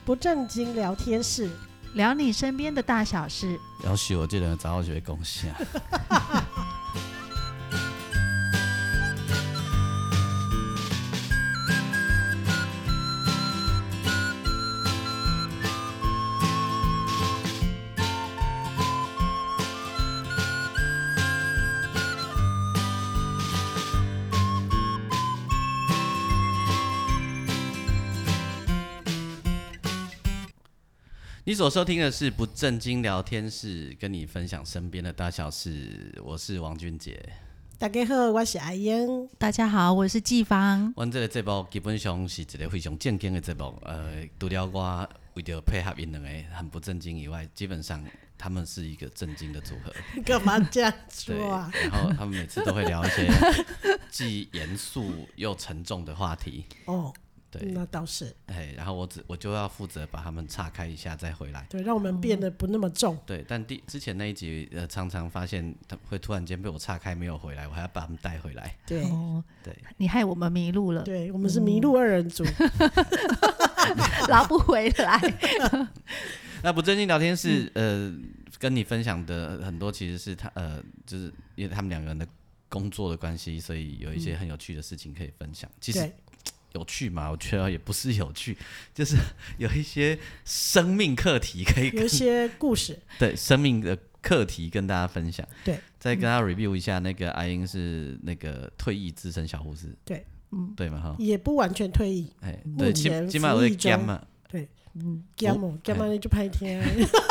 不正经聊天室， 聊你身边的大小事。 要是我这人早就会讲啥。你所收听的是不正经聊天室，跟你分享身边的大小事。我是王俊杰。 大家好，我是阿英。 大家好，我是季芳。 我这个节目基本上是一个非常正经的节目，除了我为了配合因两个很不正经以外，基本上他们是一个正经的组合。 干嘛这样说啊？ 然后他们每次都会聊一些既严肃又沉重的话题。 哦。 对， 那倒是。 然后我就要负责把他们岔开一下再回来。 对，让我们变得不那么重。 对，但之前那一集常常发现他会突然间被我岔开没有回来，我还要把他们带回来。 对， 对， 你害我们迷路了。 对，我们是迷路二人组， 拉不回来。 那不正经聊天室跟你分享的很多其实是就是因为他们两个人的工作的关系，所以有一些很有趣的事情可以分享。其实有趣嘛？我觉得也不是有趣，就是有一些生命课题可以， 有一些故事， 对生命的课题跟大家分享。 对， 再跟大家 review 一下，那个阿英是那个退役资深小护士， 对， 对嘛哈， 也不完全退役， 对，起码有在兼嘛， 对，兼嘛，兼嘛你就拍天，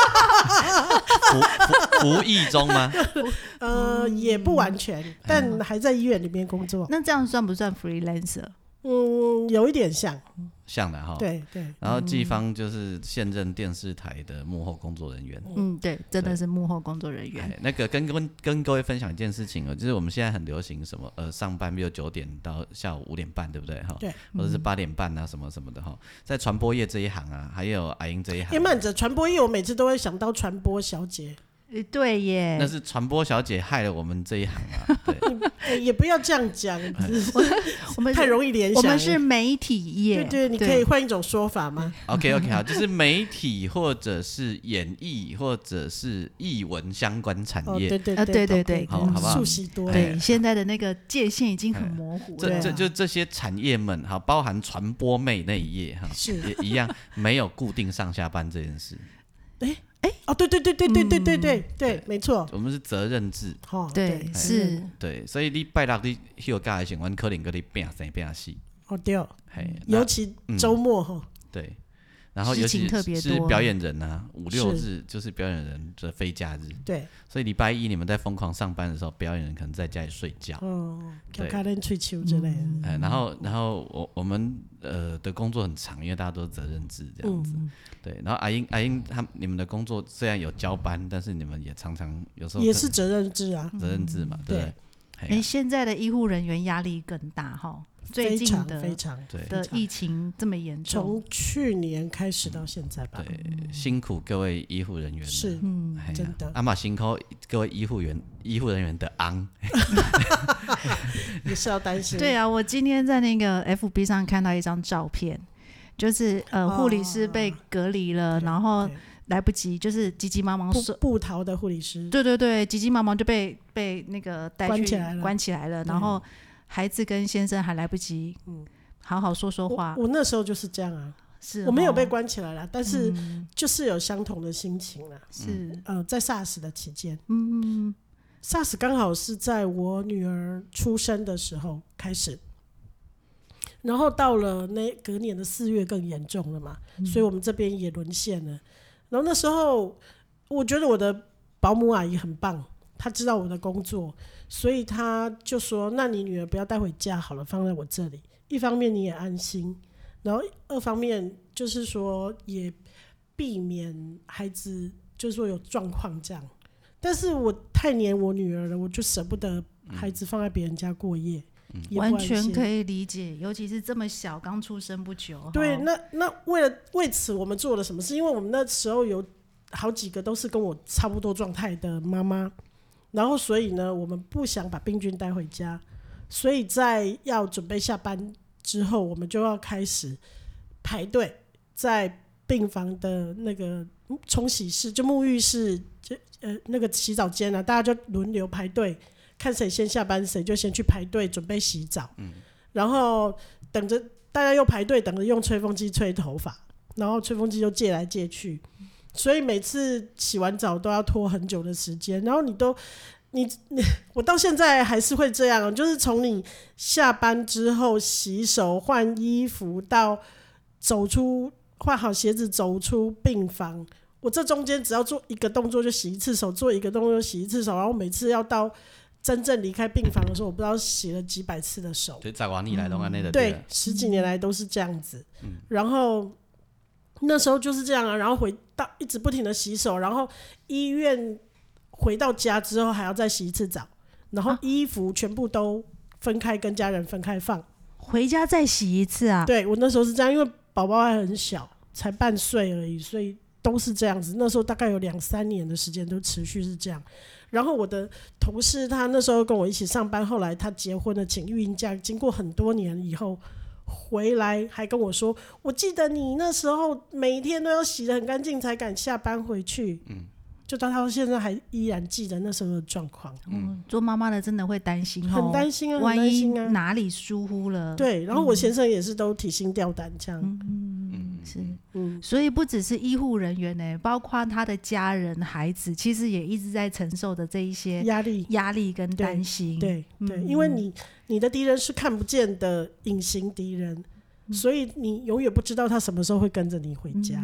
服役中吗？ 也不完全，但还在医院里面工作。 那这样算不算 freelancer？ 有一点像的哈， 对。 然后季芳就是现任电视台的幕后工作人员， 对，真的是幕后工作人员。 那个跟各位分享一件事情就是我们现在很流行什么上班，比如9点到下午5点半，对不对哈？ 对， 或者是8点半啊什么什么的哈，在传播业这一行啊，还有阿英这一行， 慢着，传播业我每次都会想到传播小姐。 对耶， 那是传播小姐害了我们这一行啊。 对，也不要这样讲， 我们太容易联想。 我们是媒体业， 对，你可以换一种说法吗 ？OK， 好，就是媒体或者是演艺或者是艺文相关产业。 对， 好不好？ 熟悉多了。 对，现在的那个界限已经很模糊了。 就这些产业们，好，包含传播妹那一页哈，也一样没有固定上下班这件事。 对，没错， 我们是责任制， 对，是， 对，所以你拜六你休假的时候，可能跟你拼生拼死。 对，尤其周末哈， 对，然后尤其是表演人啊，5、6日就是表演人的非假日， 对， 所以礼拜一你们在疯狂上班的时候，表演人可能在家里睡觉， 对，开练吹球之类的， 然后我们的工作很长，因为大家都是责任制这样子，对，然后阿英你们的工作虽然有交班，但是你们也常常有时候也是责任制啊， 责任制嘛，对。 现在的医护人员压力更大哈，最近的非常的疫情这么严重， 从去年开始到现在吧， 对，辛苦各位医护人员， 是，真的， 阿玛辛苦各位医护人员的昂， 也是要担心。 对啊，我今天在那个 FB 上看到一张照片，就是护理师被隔离了，然后来不及，就是急急忙忙布逃的护理师， 对，急急忙忙就被那个带去关起来了，然后孩子跟先生还来不及好好说话。 我那时候就是这样啊， 是我没有被关起来了，但是就是有相同的心情啦。 是在 SARS 的期间，SARS 刚好是在我女儿出生的时候开始。然后到了隔年的4月更严重了嘛，所以我们这边也沦陷了。然后那时候我觉得我的保姆阿姨很棒，她知道我的工作，所以她就说那你女儿不要带回家好了，放在我这里，一方面你也安心，然后二方面就是说也避免孩子就是说有状况这样。但是我太黏我女儿了，我就舍不得孩子放在别人家过夜， 完全可以理解，尤其是这么小，刚出生不久。 对，那为此我们做了什么事？因为我们那时候有好几个都是跟我差不多状态的妈妈，然后所以呢，我们不想把病菌带回家，所以在要准备下班之后，我们就要开始排队在病房的那个冲洗室，就沐浴室，那个洗澡间啊，大家就轮流排队，看谁先下班，谁就先去排队准备洗澡。然后等着大家又排队，等着用吹风机吹头发，然后吹风机就借来借去，所以每次洗完澡都要拖很久的时间。然后我到现在还是会这样，就是从你下班之后洗手换衣服到走出换好鞋子走出病房，我这中间只要做一个动作就洗一次手，做一个动作就洗一次手，然后每次要到真正离开病房的时候，我不知道洗了几百次的手。 对，在往你来弄啊，那个对，10几年来都是这样子。然后那时候就是这样啊，然后一直不停的洗手，然后医院回到家之后还要再洗一次澡，然后衣服全部都分开跟家人分开放， 回家再洗一次啊？ 对，我那时候是这样，因为宝宝还很小，才半岁而已，所以都是这样子。那时候大概有2-3年的时间都持续是这样。然后我的同事他那时候跟我一起上班，后来他结婚了，请育婴假，经过很多年以后回来还跟我说，我记得你那时候每一天都要洗得很干净才敢下班回去。就到现在还依然记得那时候的状况。 做妈妈的真的会担心， 很担心啊， 万一哪里疏忽了。 对，然后我先生也是都提心吊胆这样。 是，所以不只是医护人员呢，包括他的家人、孩子，其实也一直在承受的这一些压力跟担心。 对，因为你的敌人是看不见的隐形敌人，所以你永远不知道他什么时候会跟着你回家。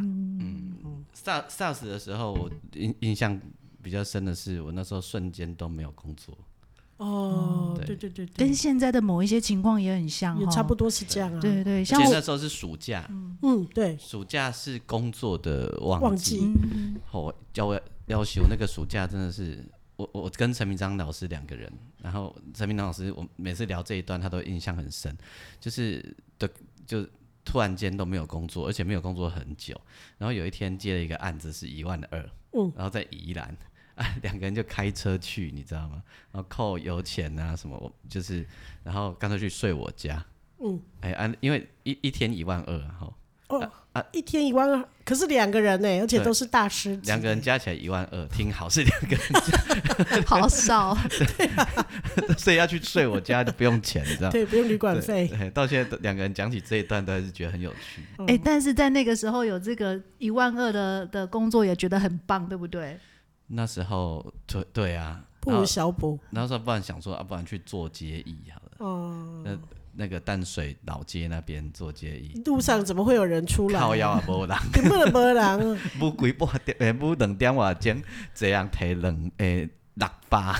SARS 的时候，我印象比较深的是，我那时候瞬间都没有工作。 对， 跟现在的某一些情况也很像， 也差不多是这样啊。 对，像那时候是暑假， 对， 暑假是工作的旺季。要求那个暑假真的是，我跟陈明章老师2个人，然后陈明章老师我每次聊这一段，他都印象很深，就突然间都没有工作，而且没有工作很久。然后有一天接了一个案子是12000，然后在宜兰。2个人就开车去，你知道吗？然后扣油钱啊什么，然后干脆去睡我家。因为一天12000，然后一天12000，可是2个人呢，而且都是大师级。 2个人加起来12000，听好是2个人， 好少。 所以要去睡我家就不用钱，你知道？ 对，不用旅馆费。 到现在2个人讲起这一段都还是觉得很有趣。 但是在那个时候有这个12000的工作也觉得很棒，对不对？ 那时候对啊， 不如小补。 那时候不然想说不然去做街椅好了。那个淡水老街那边做街椅， 路上怎么会有人出来？ 靠腰也没人， 根本没人。 不2点外钟，这样提600。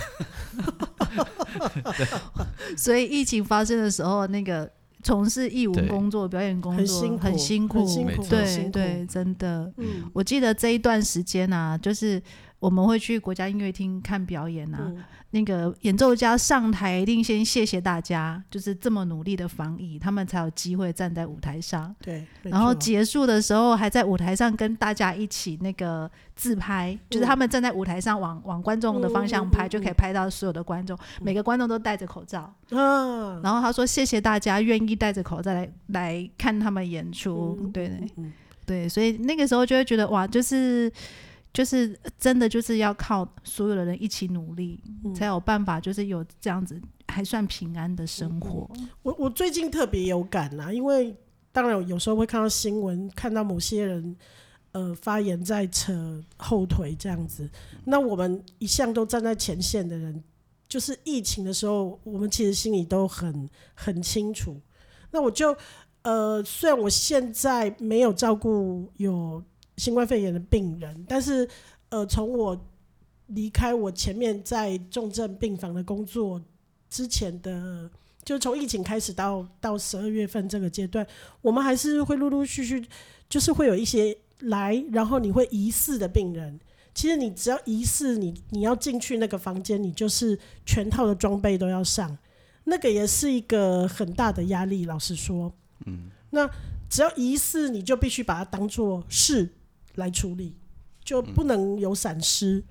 所以疫情发生的时候，那个从事艺文工作、表演工作很辛苦，对，真的。我记得这一段时间啊，就是我们会去国家音乐厅看表演啊，那个演奏家上台一定先谢谢大家，就是这么努力的防疫，他们才有机会站在舞台上。 对， 然后结束的时候还在舞台上跟大家一起那个自拍，就是他们站在舞台上往观众的方向拍，就可以拍到所有的观众，每个观众都戴着口罩。然后他说谢谢大家愿意戴着口罩来看他们演出。对，所以那个时候就会觉得哇，就是真的就是要靠所有的人一起努力，才有办法就是有这样子还算平安的生活。 我最近特别有感啦，因为当然有时候会看到新闻，看到某些人发言在扯后腿这样子。那我们一向都站在前线的人，就是疫情的时候，我们其实心里都很清楚。那我就虽然我现在没有照顾有新冠肺炎的病人，但是从我离开我前面在重症病房的工作之前的，就从疫情开始到12月份这个阶段，我们还是会陆陆续续就是会有一些来，然后你会疑似的病人。其实你只要疑似，你要进去那个房间，你就是全套的装备都要上，那个也是一个很大的压力，老实说。那只要疑似，你就必须把它当作事来处理，就不能有闪失。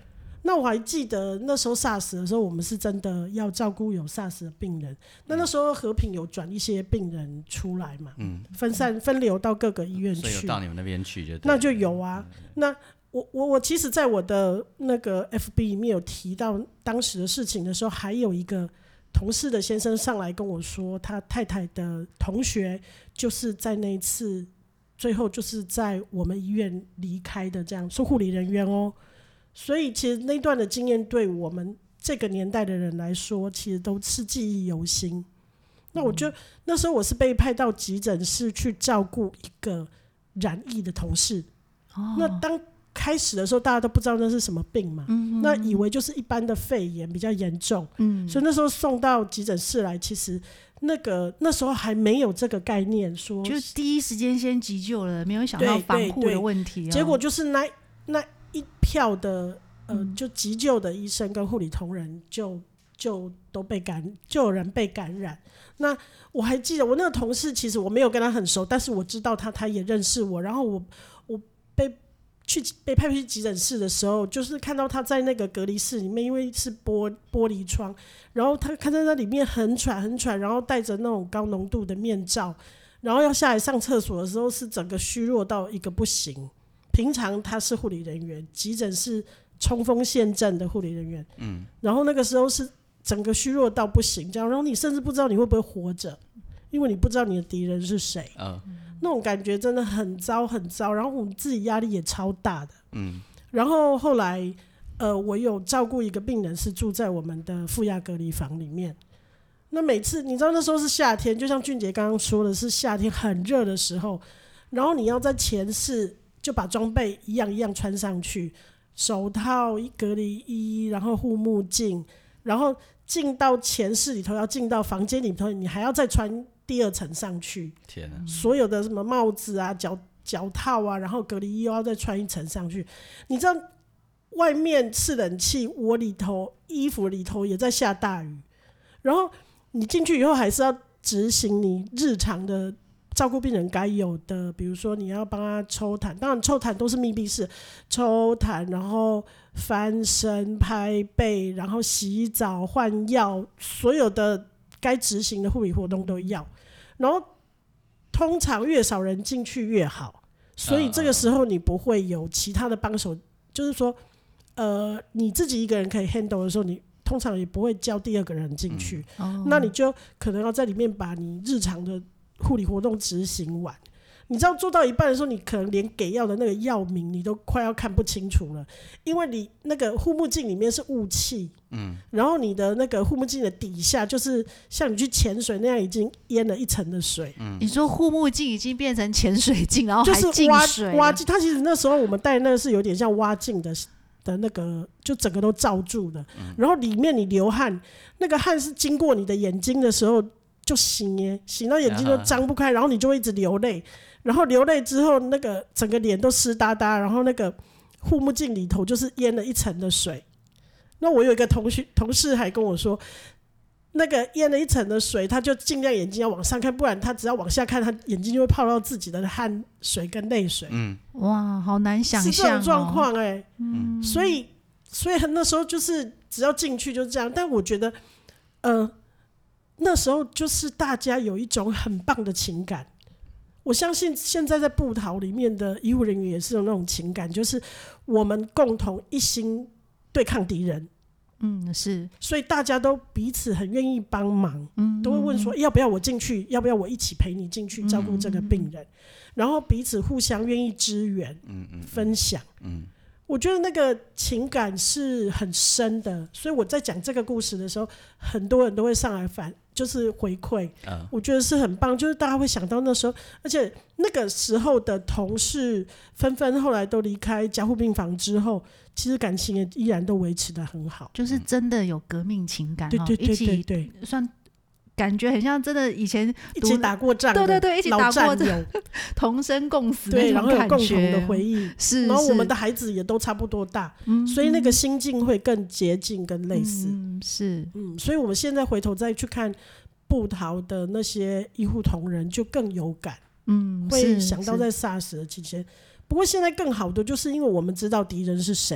那我还记得那时候 SARS 的时候，我们是真的要照顾有 SARS 的病人。那时候和平有转一些病人出来嘛，分流到各个医院去， 所以有到你们那边去就对了。 那就有啊。那我其实在我的那个 FB 里面有提到当时的事情的时候，还有一个同事的先生上来跟我说，他太太的同学就是在那一次最后就是在我们医院离开的，这样是护理人员哦。所以其实那段的经验对我们这个年代的人来说，其实都是记忆犹新。那我就那时候我是被派到急诊室去照顾一个染疫的同事。那当开始的时候大家都不知道那是什么病嘛，那以为就是一般的肺炎比较严重，所以那时候送到急诊室来，其实那时候还没有这个概念说， 就第一时间先急救了，没有想到防护的问题。 结果就是那一票的就急救的医生跟护理同仁就有人被感染。那我还记得我那个同事，其实我没有跟他很熟，但是我知道他也认识我。然后我被派去急诊室的时候，就是看到他在那个隔离室里面，因为是玻璃窗，然后他看在那里面很喘，然后戴着那种高浓度的面罩，然后要下来上厕所的时候是整个虚弱到一个不行。平常他是护理人员，急诊是冲锋陷阵的护理人员，然后那个时候是整个虚弱到不行，这样，然后你甚至不知道你会不会活着，因为你不知道你的敌人是谁，那种感觉真的很糟很糟，然后我们自己压力也超大的，然后后来我有照顾一个病人是住在我们的负压隔离房里面。那每次你知道那时候是夏天，就像俊杰刚刚说的是夏天很热的时候，然后你要在前室就把装备一样一样穿上去，手套、隔离衣，然后护目镜，然后进到前室里头，要进到房间里头，你还要再穿第二层上去。 天哪！ 所有的什么帽子啊、脚套啊，然后隔离衣又要再穿一层上去。你知道外面是冷气，我里头衣服里头也在下大雨，然后你进去以后还是要执行你日常的照顾病人该有的，比如说你要帮他抽痰，当然抽痰都是密闭式抽痰，然后翻身、拍背，然后洗澡、换药，所有的该执行的护理活动都要。然后通常越少人进去越好，所以这个时候你不会有其他的帮手，就是说你自己一个人可以 handle 的时候，你通常也不会叫第二个人进去，那你就可能要在里面把你日常的护理活动执行完。你知道做到一半的时候，你可能连给药的那个药名你都快要看不清楚了，因为你那个护目镜里面是雾气，然后你的那个护目镜的底下就是像你去潜水那样已经淹了一层的水。 你说护目镜已经变成潜水镜，然后还进水就是挖镜，它其实那时候我们戴那个是有点像挖镜的那个，就整个都罩住的，然后里面你流汗，那个汗是经过你的眼睛的时候就醒到眼睛都张不开，然后你就会一直流泪，然后流泪之后那个整个脸都湿哒哒，然后那个护目镜里头就是淹了一层的水。那我有一个同事还跟我说，那个淹了一层的水，他就尽量眼睛要往上看，不然他只要往下看，他眼睛就会泡到自己的汗水跟泪水。 哇，好难想象是这种状况所以那时候就是只要进去就这样。但我觉得那时候就是大家有一种很棒的情感，我相信现在在部桃里面的医护人员也是有那种情感，就是我们共同一心对抗敌人。 是， 所以大家都彼此很愿意帮忙，都会问说要不要我进去，要不要我一起陪你进去照顾这个病人，然后彼此互相愿意支援，分享。我觉得那个情感是很深的，所以我在讲这个故事的时候，很多人都会上来就是回馈，我觉得是很棒，就是大家会想到那时候，而且那个时候的同事纷纷后来都离开加护病房之后，其实感情也依然都维持得很好， 就是真的有革命情感， 对， 一起算感觉很像真的以前一起打过仗的， 对，一起打过仗，同生共死那种感觉， 然后有共同的回忆， 是， 然后我们的孩子也都差不多大，所以那个心境会更接近跟类似， 是， 所以我们现在回头再去看部桃的那些医护同仁就更有感，会想到在 SARS 的期间。不过现在更好的就是因为我们知道敌人是谁了，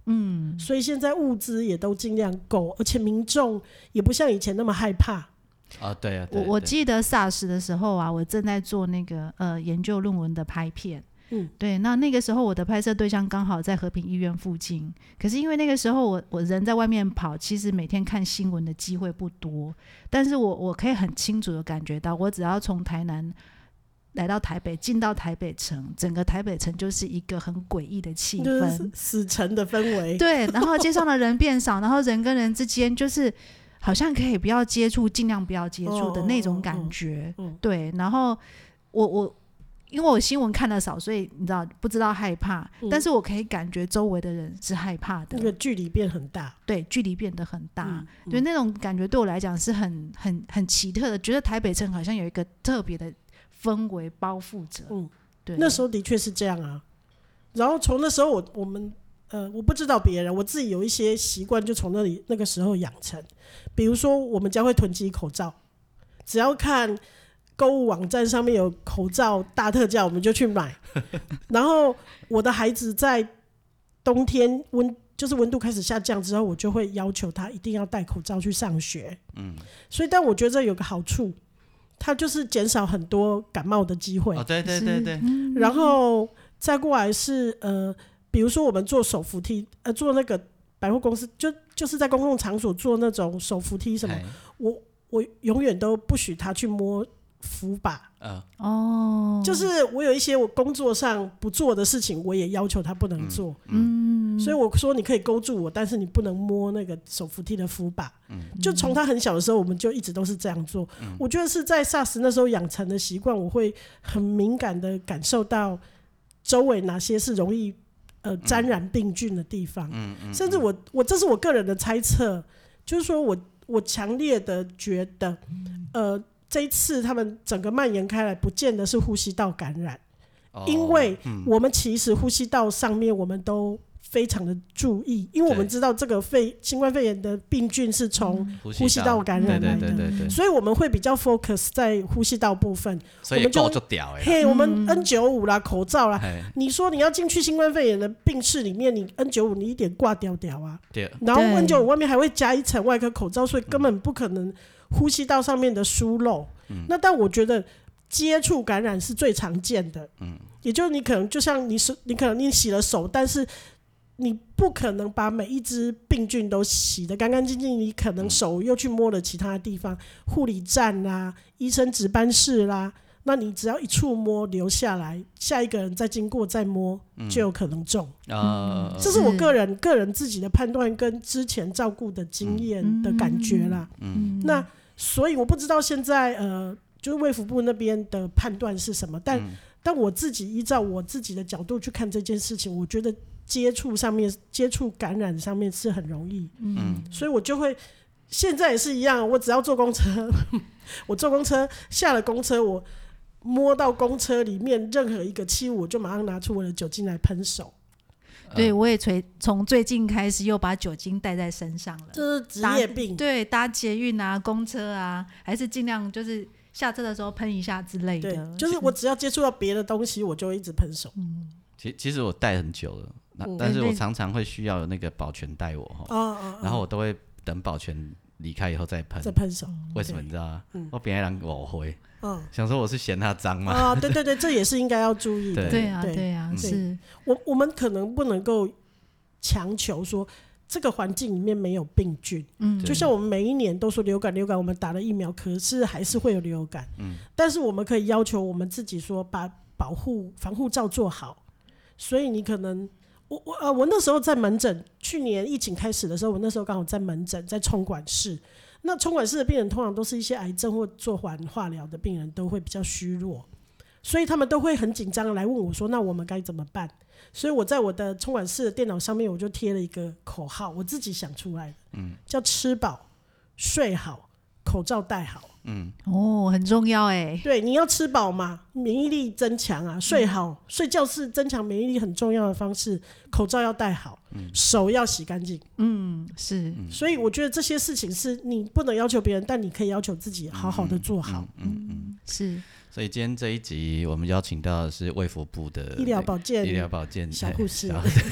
所以现在物资也都尽量够，而且民众也不像以前那么害怕。 对啊， 我记得 SARS 的时候啊，我正在做那个研究论文的拍片。对，那个时候我的拍摄对象刚好在和平医院附近，可是因为那个时候我人在外面跑，其实每天看新闻的机会不多，但是我可以很清楚的感觉到，我只要从台南来到台北，进到台北城，整个台北城就是一个很诡异的气氛， 就是死城的氛围。 对，然后街上的人变少，然后人跟人之间就是好像可以不要接触，尽量不要接触的那种感觉。对，然后因为我新闻看得少，所以你知道不知道害怕，但是我可以感觉周围的人是害怕的， 那个距离变很大。 对，距离变得很大。对，那种感觉对我来讲是很奇特的，觉得台北城好像有一个特别的氛围包覆着。对， 那时候的确是这样啊。然后从那时候我们我不知道别人，我自己有一些习惯就从那个时候养成。比如说我们家会囤积口罩，只要看购物网站上面有口罩大特价，我们就去买。然后我的孩子在冬天就是温度开始下降之后，我就会要求他一定要戴口罩去上学。所以但我觉得这有个好处，它就是减少很多感冒的机会。 对。 然后再过来是比如说我们做手扶梯，做那个百货公司，就是在公共场所做那种手扶梯什么，我永远都不许他去摸扶把。就是我有一些我工作上不做的事情，我也要求他不能做。所以我说你可以勾住我，但是你不能摸那个手扶梯的扶把。就从他很小的时候，我们就一直都是这样做。我觉得是在 SARS 那时候养成的习惯，我会很敏感的感受到周围哪些是容易沾染病菌的地方。甚至我这是我个人的猜测，就是说我强烈的觉得这一次他们整个蔓延开来，不见得是呼吸道感染。因为我们其实呼吸道上面我们都非常的注意，因为我们知道这个新冠肺炎的病菌是从呼吸道感染来的，所以我们会比较 focus 在呼吸道部分。 所以够就屌我们 N95 啦，口罩啦，你说你要进去新冠肺炎的病室里面，你 N95 你一点挂掉啊，然后 N95 外面还会加一层外科口罩，所以根本不可能呼吸道上面的疏漏。那但我觉得接触感染是最常见的。也就是你可能就像你可能你洗了手，但是你不可能把每一只病菌都洗得干干净净，你可能手又去摸了其他的地方，护理站啦、医生值班室啦，那你只要一触摸留下来，下一个人再经过再摸，就有可能中。这是我个人自己的判断跟之前照顾的经验的感觉啦。那所以我不知道现在就是卫福部那边的判断是什么，但我自己依照我自己的角度去看这件事情，我觉得接触感染上面是很容易。所以我就会现在也是一样，我只要坐公车我坐公车下了公车，我摸到公车里面任何一个器物，我就马上拿出我的酒精来喷手。 对，我也从最近开始又把酒精带在身上了， 这是职业病。对， 搭捷运啊、公车啊，还是尽量就是下车的时候喷一下之类的。 对，就是我只要接触到别的东西，我就会一直喷手。 其实我带很久了，但是我常常会需要有那个保全带我然后我都会等保全离开以后再喷手。 为什么你知道吗？我别让人误会。想说我是嫌他脏吗？ 对，这也是应该要注意的。 对啊，是我们可能不能够强求说这个环境里面没有病菌。就像我们每一年都说流感，我们打了疫苗，可是还是会有流感。但是我们可以要求我们自己说，把防护罩做好。所以你可能我那时候在门诊，去年疫情开始的时候，我那时候刚好在门诊，在冲管室。那冲管室的病人通常都是一些癌症或做完化疗的病人，都会比较虚弱，所以他们都会很紧张的来问我说，那我们该怎么办？所以我在我的冲管室的电脑上面，我就贴了一个口号，我自己想出来的，叫吃饱睡好口罩戴好。 很重要哎。 对，你要吃饱嘛，免疫力增强啊，睡好，睡觉是增强免疫力很重要的方式。口罩要戴好，手要洗干净。 是。 所以我觉得这些事情是你不能要求别人，但你可以要求自己好好的做好。 是。 所以今天这一集我们邀请到的是卫福部的医疗保健小护士。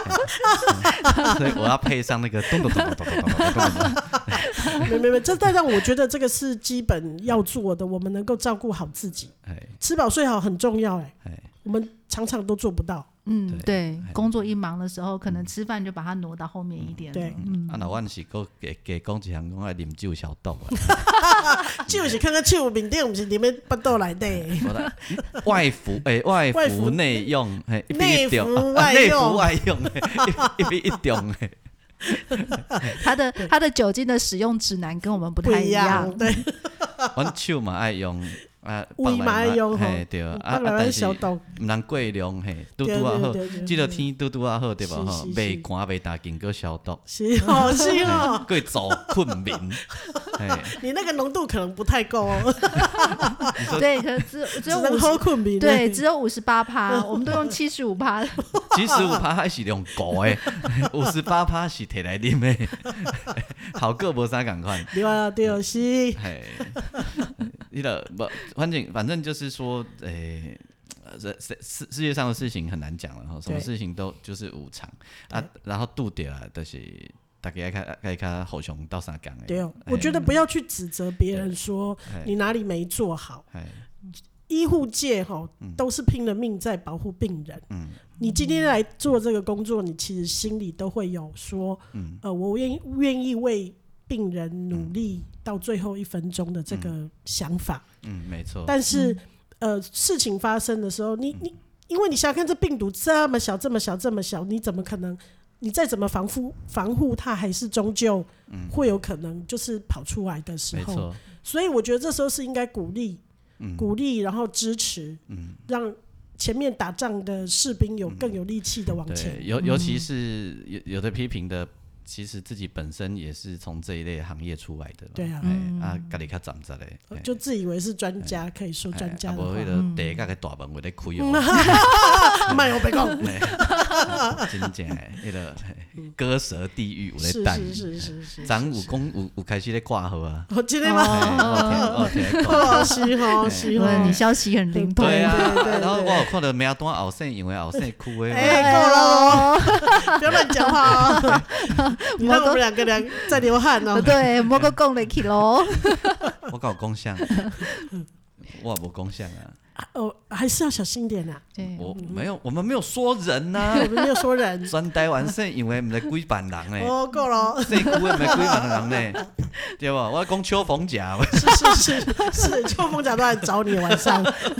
所以我要配上那个咚咚咚咚咚咚咚咚咚。 没，这但让我觉得这个是基本要做的，我们能够照顾好自己，吃饱睡好很重要。我们常常都做不到。 对，工作一忙的时候，可能吃饭就把它挪到后面一点。 对， 那阮是搁加讲一项，讲爱啉酒消毒酒是看看酒面顶，不是里面巴肚内底。 外服内用， 内服外用，一比一中。 它的酒精的使用指南跟我们不太一样。 对， 阮手嘛爱用。 胃嘛爱用吼， 对但是唔能过量嘿，拄啊好，即个天拄啊好对吧？吼，袂寒袂大劲，搁消毒。 是哦， 搁早困眠。 你那个浓度可能不太够哦。 对，可是只有 50%， 对，只有58%，我们都用75%。 75%还是用高诶，58%是摕来啉诶，效果无啥共款。 对啊，对是。 你的不，反正就是说，世界上的事情很难讲了哈，什么事情都就是无常啊，然后拄着啊，就是大家爱看互相斗相共的。 对，我觉得不要去指责别人说你哪里没做好。医护界都是拼了命在保护病人。你今天来做这个工作，你其实心里都会有说，我愿意为病人努力到最后1分钟的这个想法。 没错。 但是事情发生的时候，你因为你想想看，这病毒这么小，你怎么可能？你再怎么防护它，还是终究会有可能就是跑出来的时候。所以我觉得这时候是应该鼓励，然后支持，让前面打仗的士兵更有力气的往前。 尤其是有的批评的。其实自己本身也是从这一类行业出来的， 对啊， 家己较站着嘞， 就自以为是专家，可以说专家的话， 无迄个第一个大门会咧开哦，卖我别讲， 真正诶，迄个割舌地狱有咧等， 是， 咱有开始咧挂号啊， 真的吗？是， 你消息很灵通， 对啊，然后我有看到名单后生，因为后生区诶， 够了，不要乱讲话哦。你让我们两个人在流汗哦。 对，莫个讲得起咯。 我搞讲相，我也无讲相啊。 还是要小心点啊。 我们没有说人呐， 我们没有说人。 全台湾省因为唔是几万人嘞。 够了。 省区的唔是几万人嘞，对吧？我讲秋逢甲。 是，秋逢甲都来找你晚上。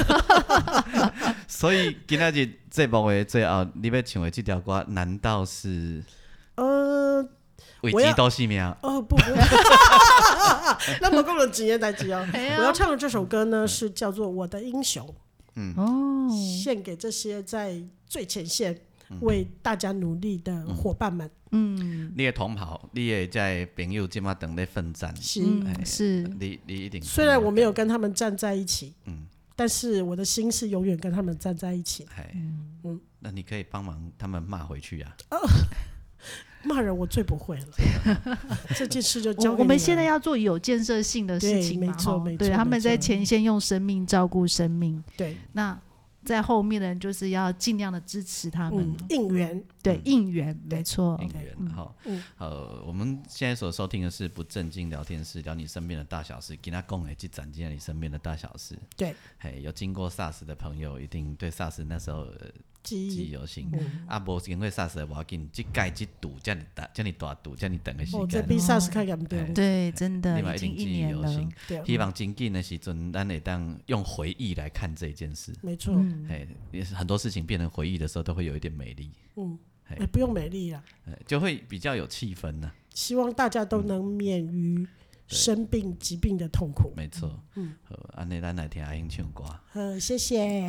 所以今仔日节目的最后，你要唱的这条歌，难道是？为基督性命不，那么够了几年代志哦。我要唱的这首歌呢，是叫做《我的英雄》。献给这些在最前线为大家努力的伙伴们。 你的同袍，你的这朋友今嘛等在奋战。 是， 你一定。 虽然我没有跟他们站在一起，但是我的心是永远跟他们站在一起。 那你可以帮忙他们骂回去啊。 骂人我最不会了，这件事就交给你了。 我们现在要做有建设性的事情嘛， 没错， 对，他们在前线用生命照顾生命， 对， 那在后面的人就是要尽量的支持他们， 应援， 对，应援，没错， 应援。好，我们现在所收听的是不正经聊天室，聊你身边的大小事，今天讲的这展现你身边的大小事， 对， 有经过 SARS 的朋友一定对 SARS 那时候记忆犹新。无经过 SARS 的无要紧，这届这堵这么大堵这么长的时间， 这比 SARS 更严重。 对，真的已经 1年了。 希望真紧的时阵，咱会当用回忆来看这件事。 没错， 也是很多事情变成回忆的时候，都会有一点美丽。 不用美丽啦， 就会比较有气氛呢。 希望大家都能免于生病疾病的痛苦。 没错，好，安尼咱来听阿英唱歌。 好，谢谢。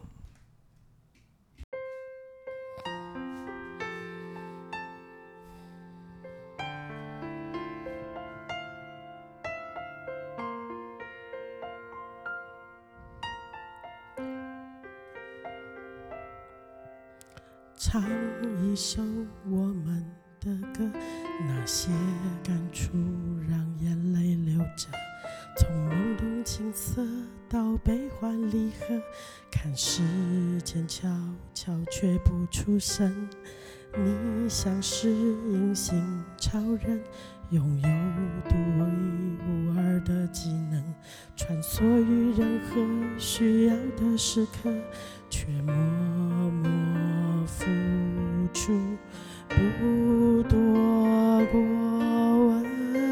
唱一首我们的歌，那些感触让眼泪流着，从懵懂青涩到悲欢离合，看时间悄悄却不出声， 你像是隐形超人，拥有独一无二的技能，穿梭于任何需要的时刻，却默默付出，不多过问。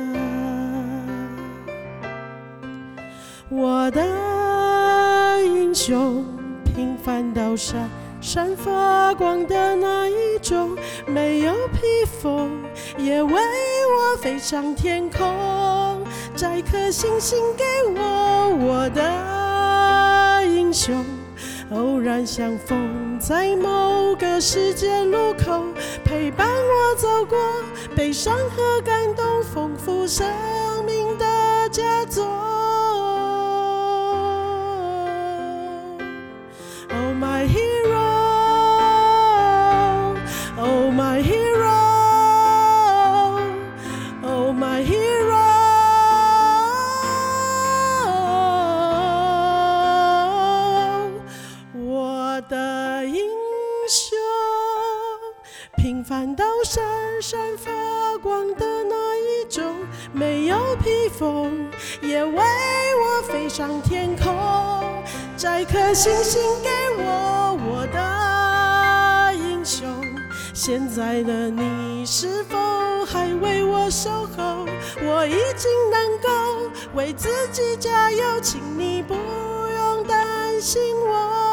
我的英雄，平凡到闪闪发光的那一种，没有披风，也为我飞上天空。摘颗星星给我，我的英雄。偶然相逢在某个时间路口，陪伴我走过悲伤和感动，丰富生命的佳作。Oh my hero, oh my hero, oh my hero。 我的英雄，平凡到闪闪发光的那一种，没有披风，也为我飞上天空。摘颗星星给我，我的英雄。现在的你是否还为我守候？我已经能够为自己加油，请你不用担心我。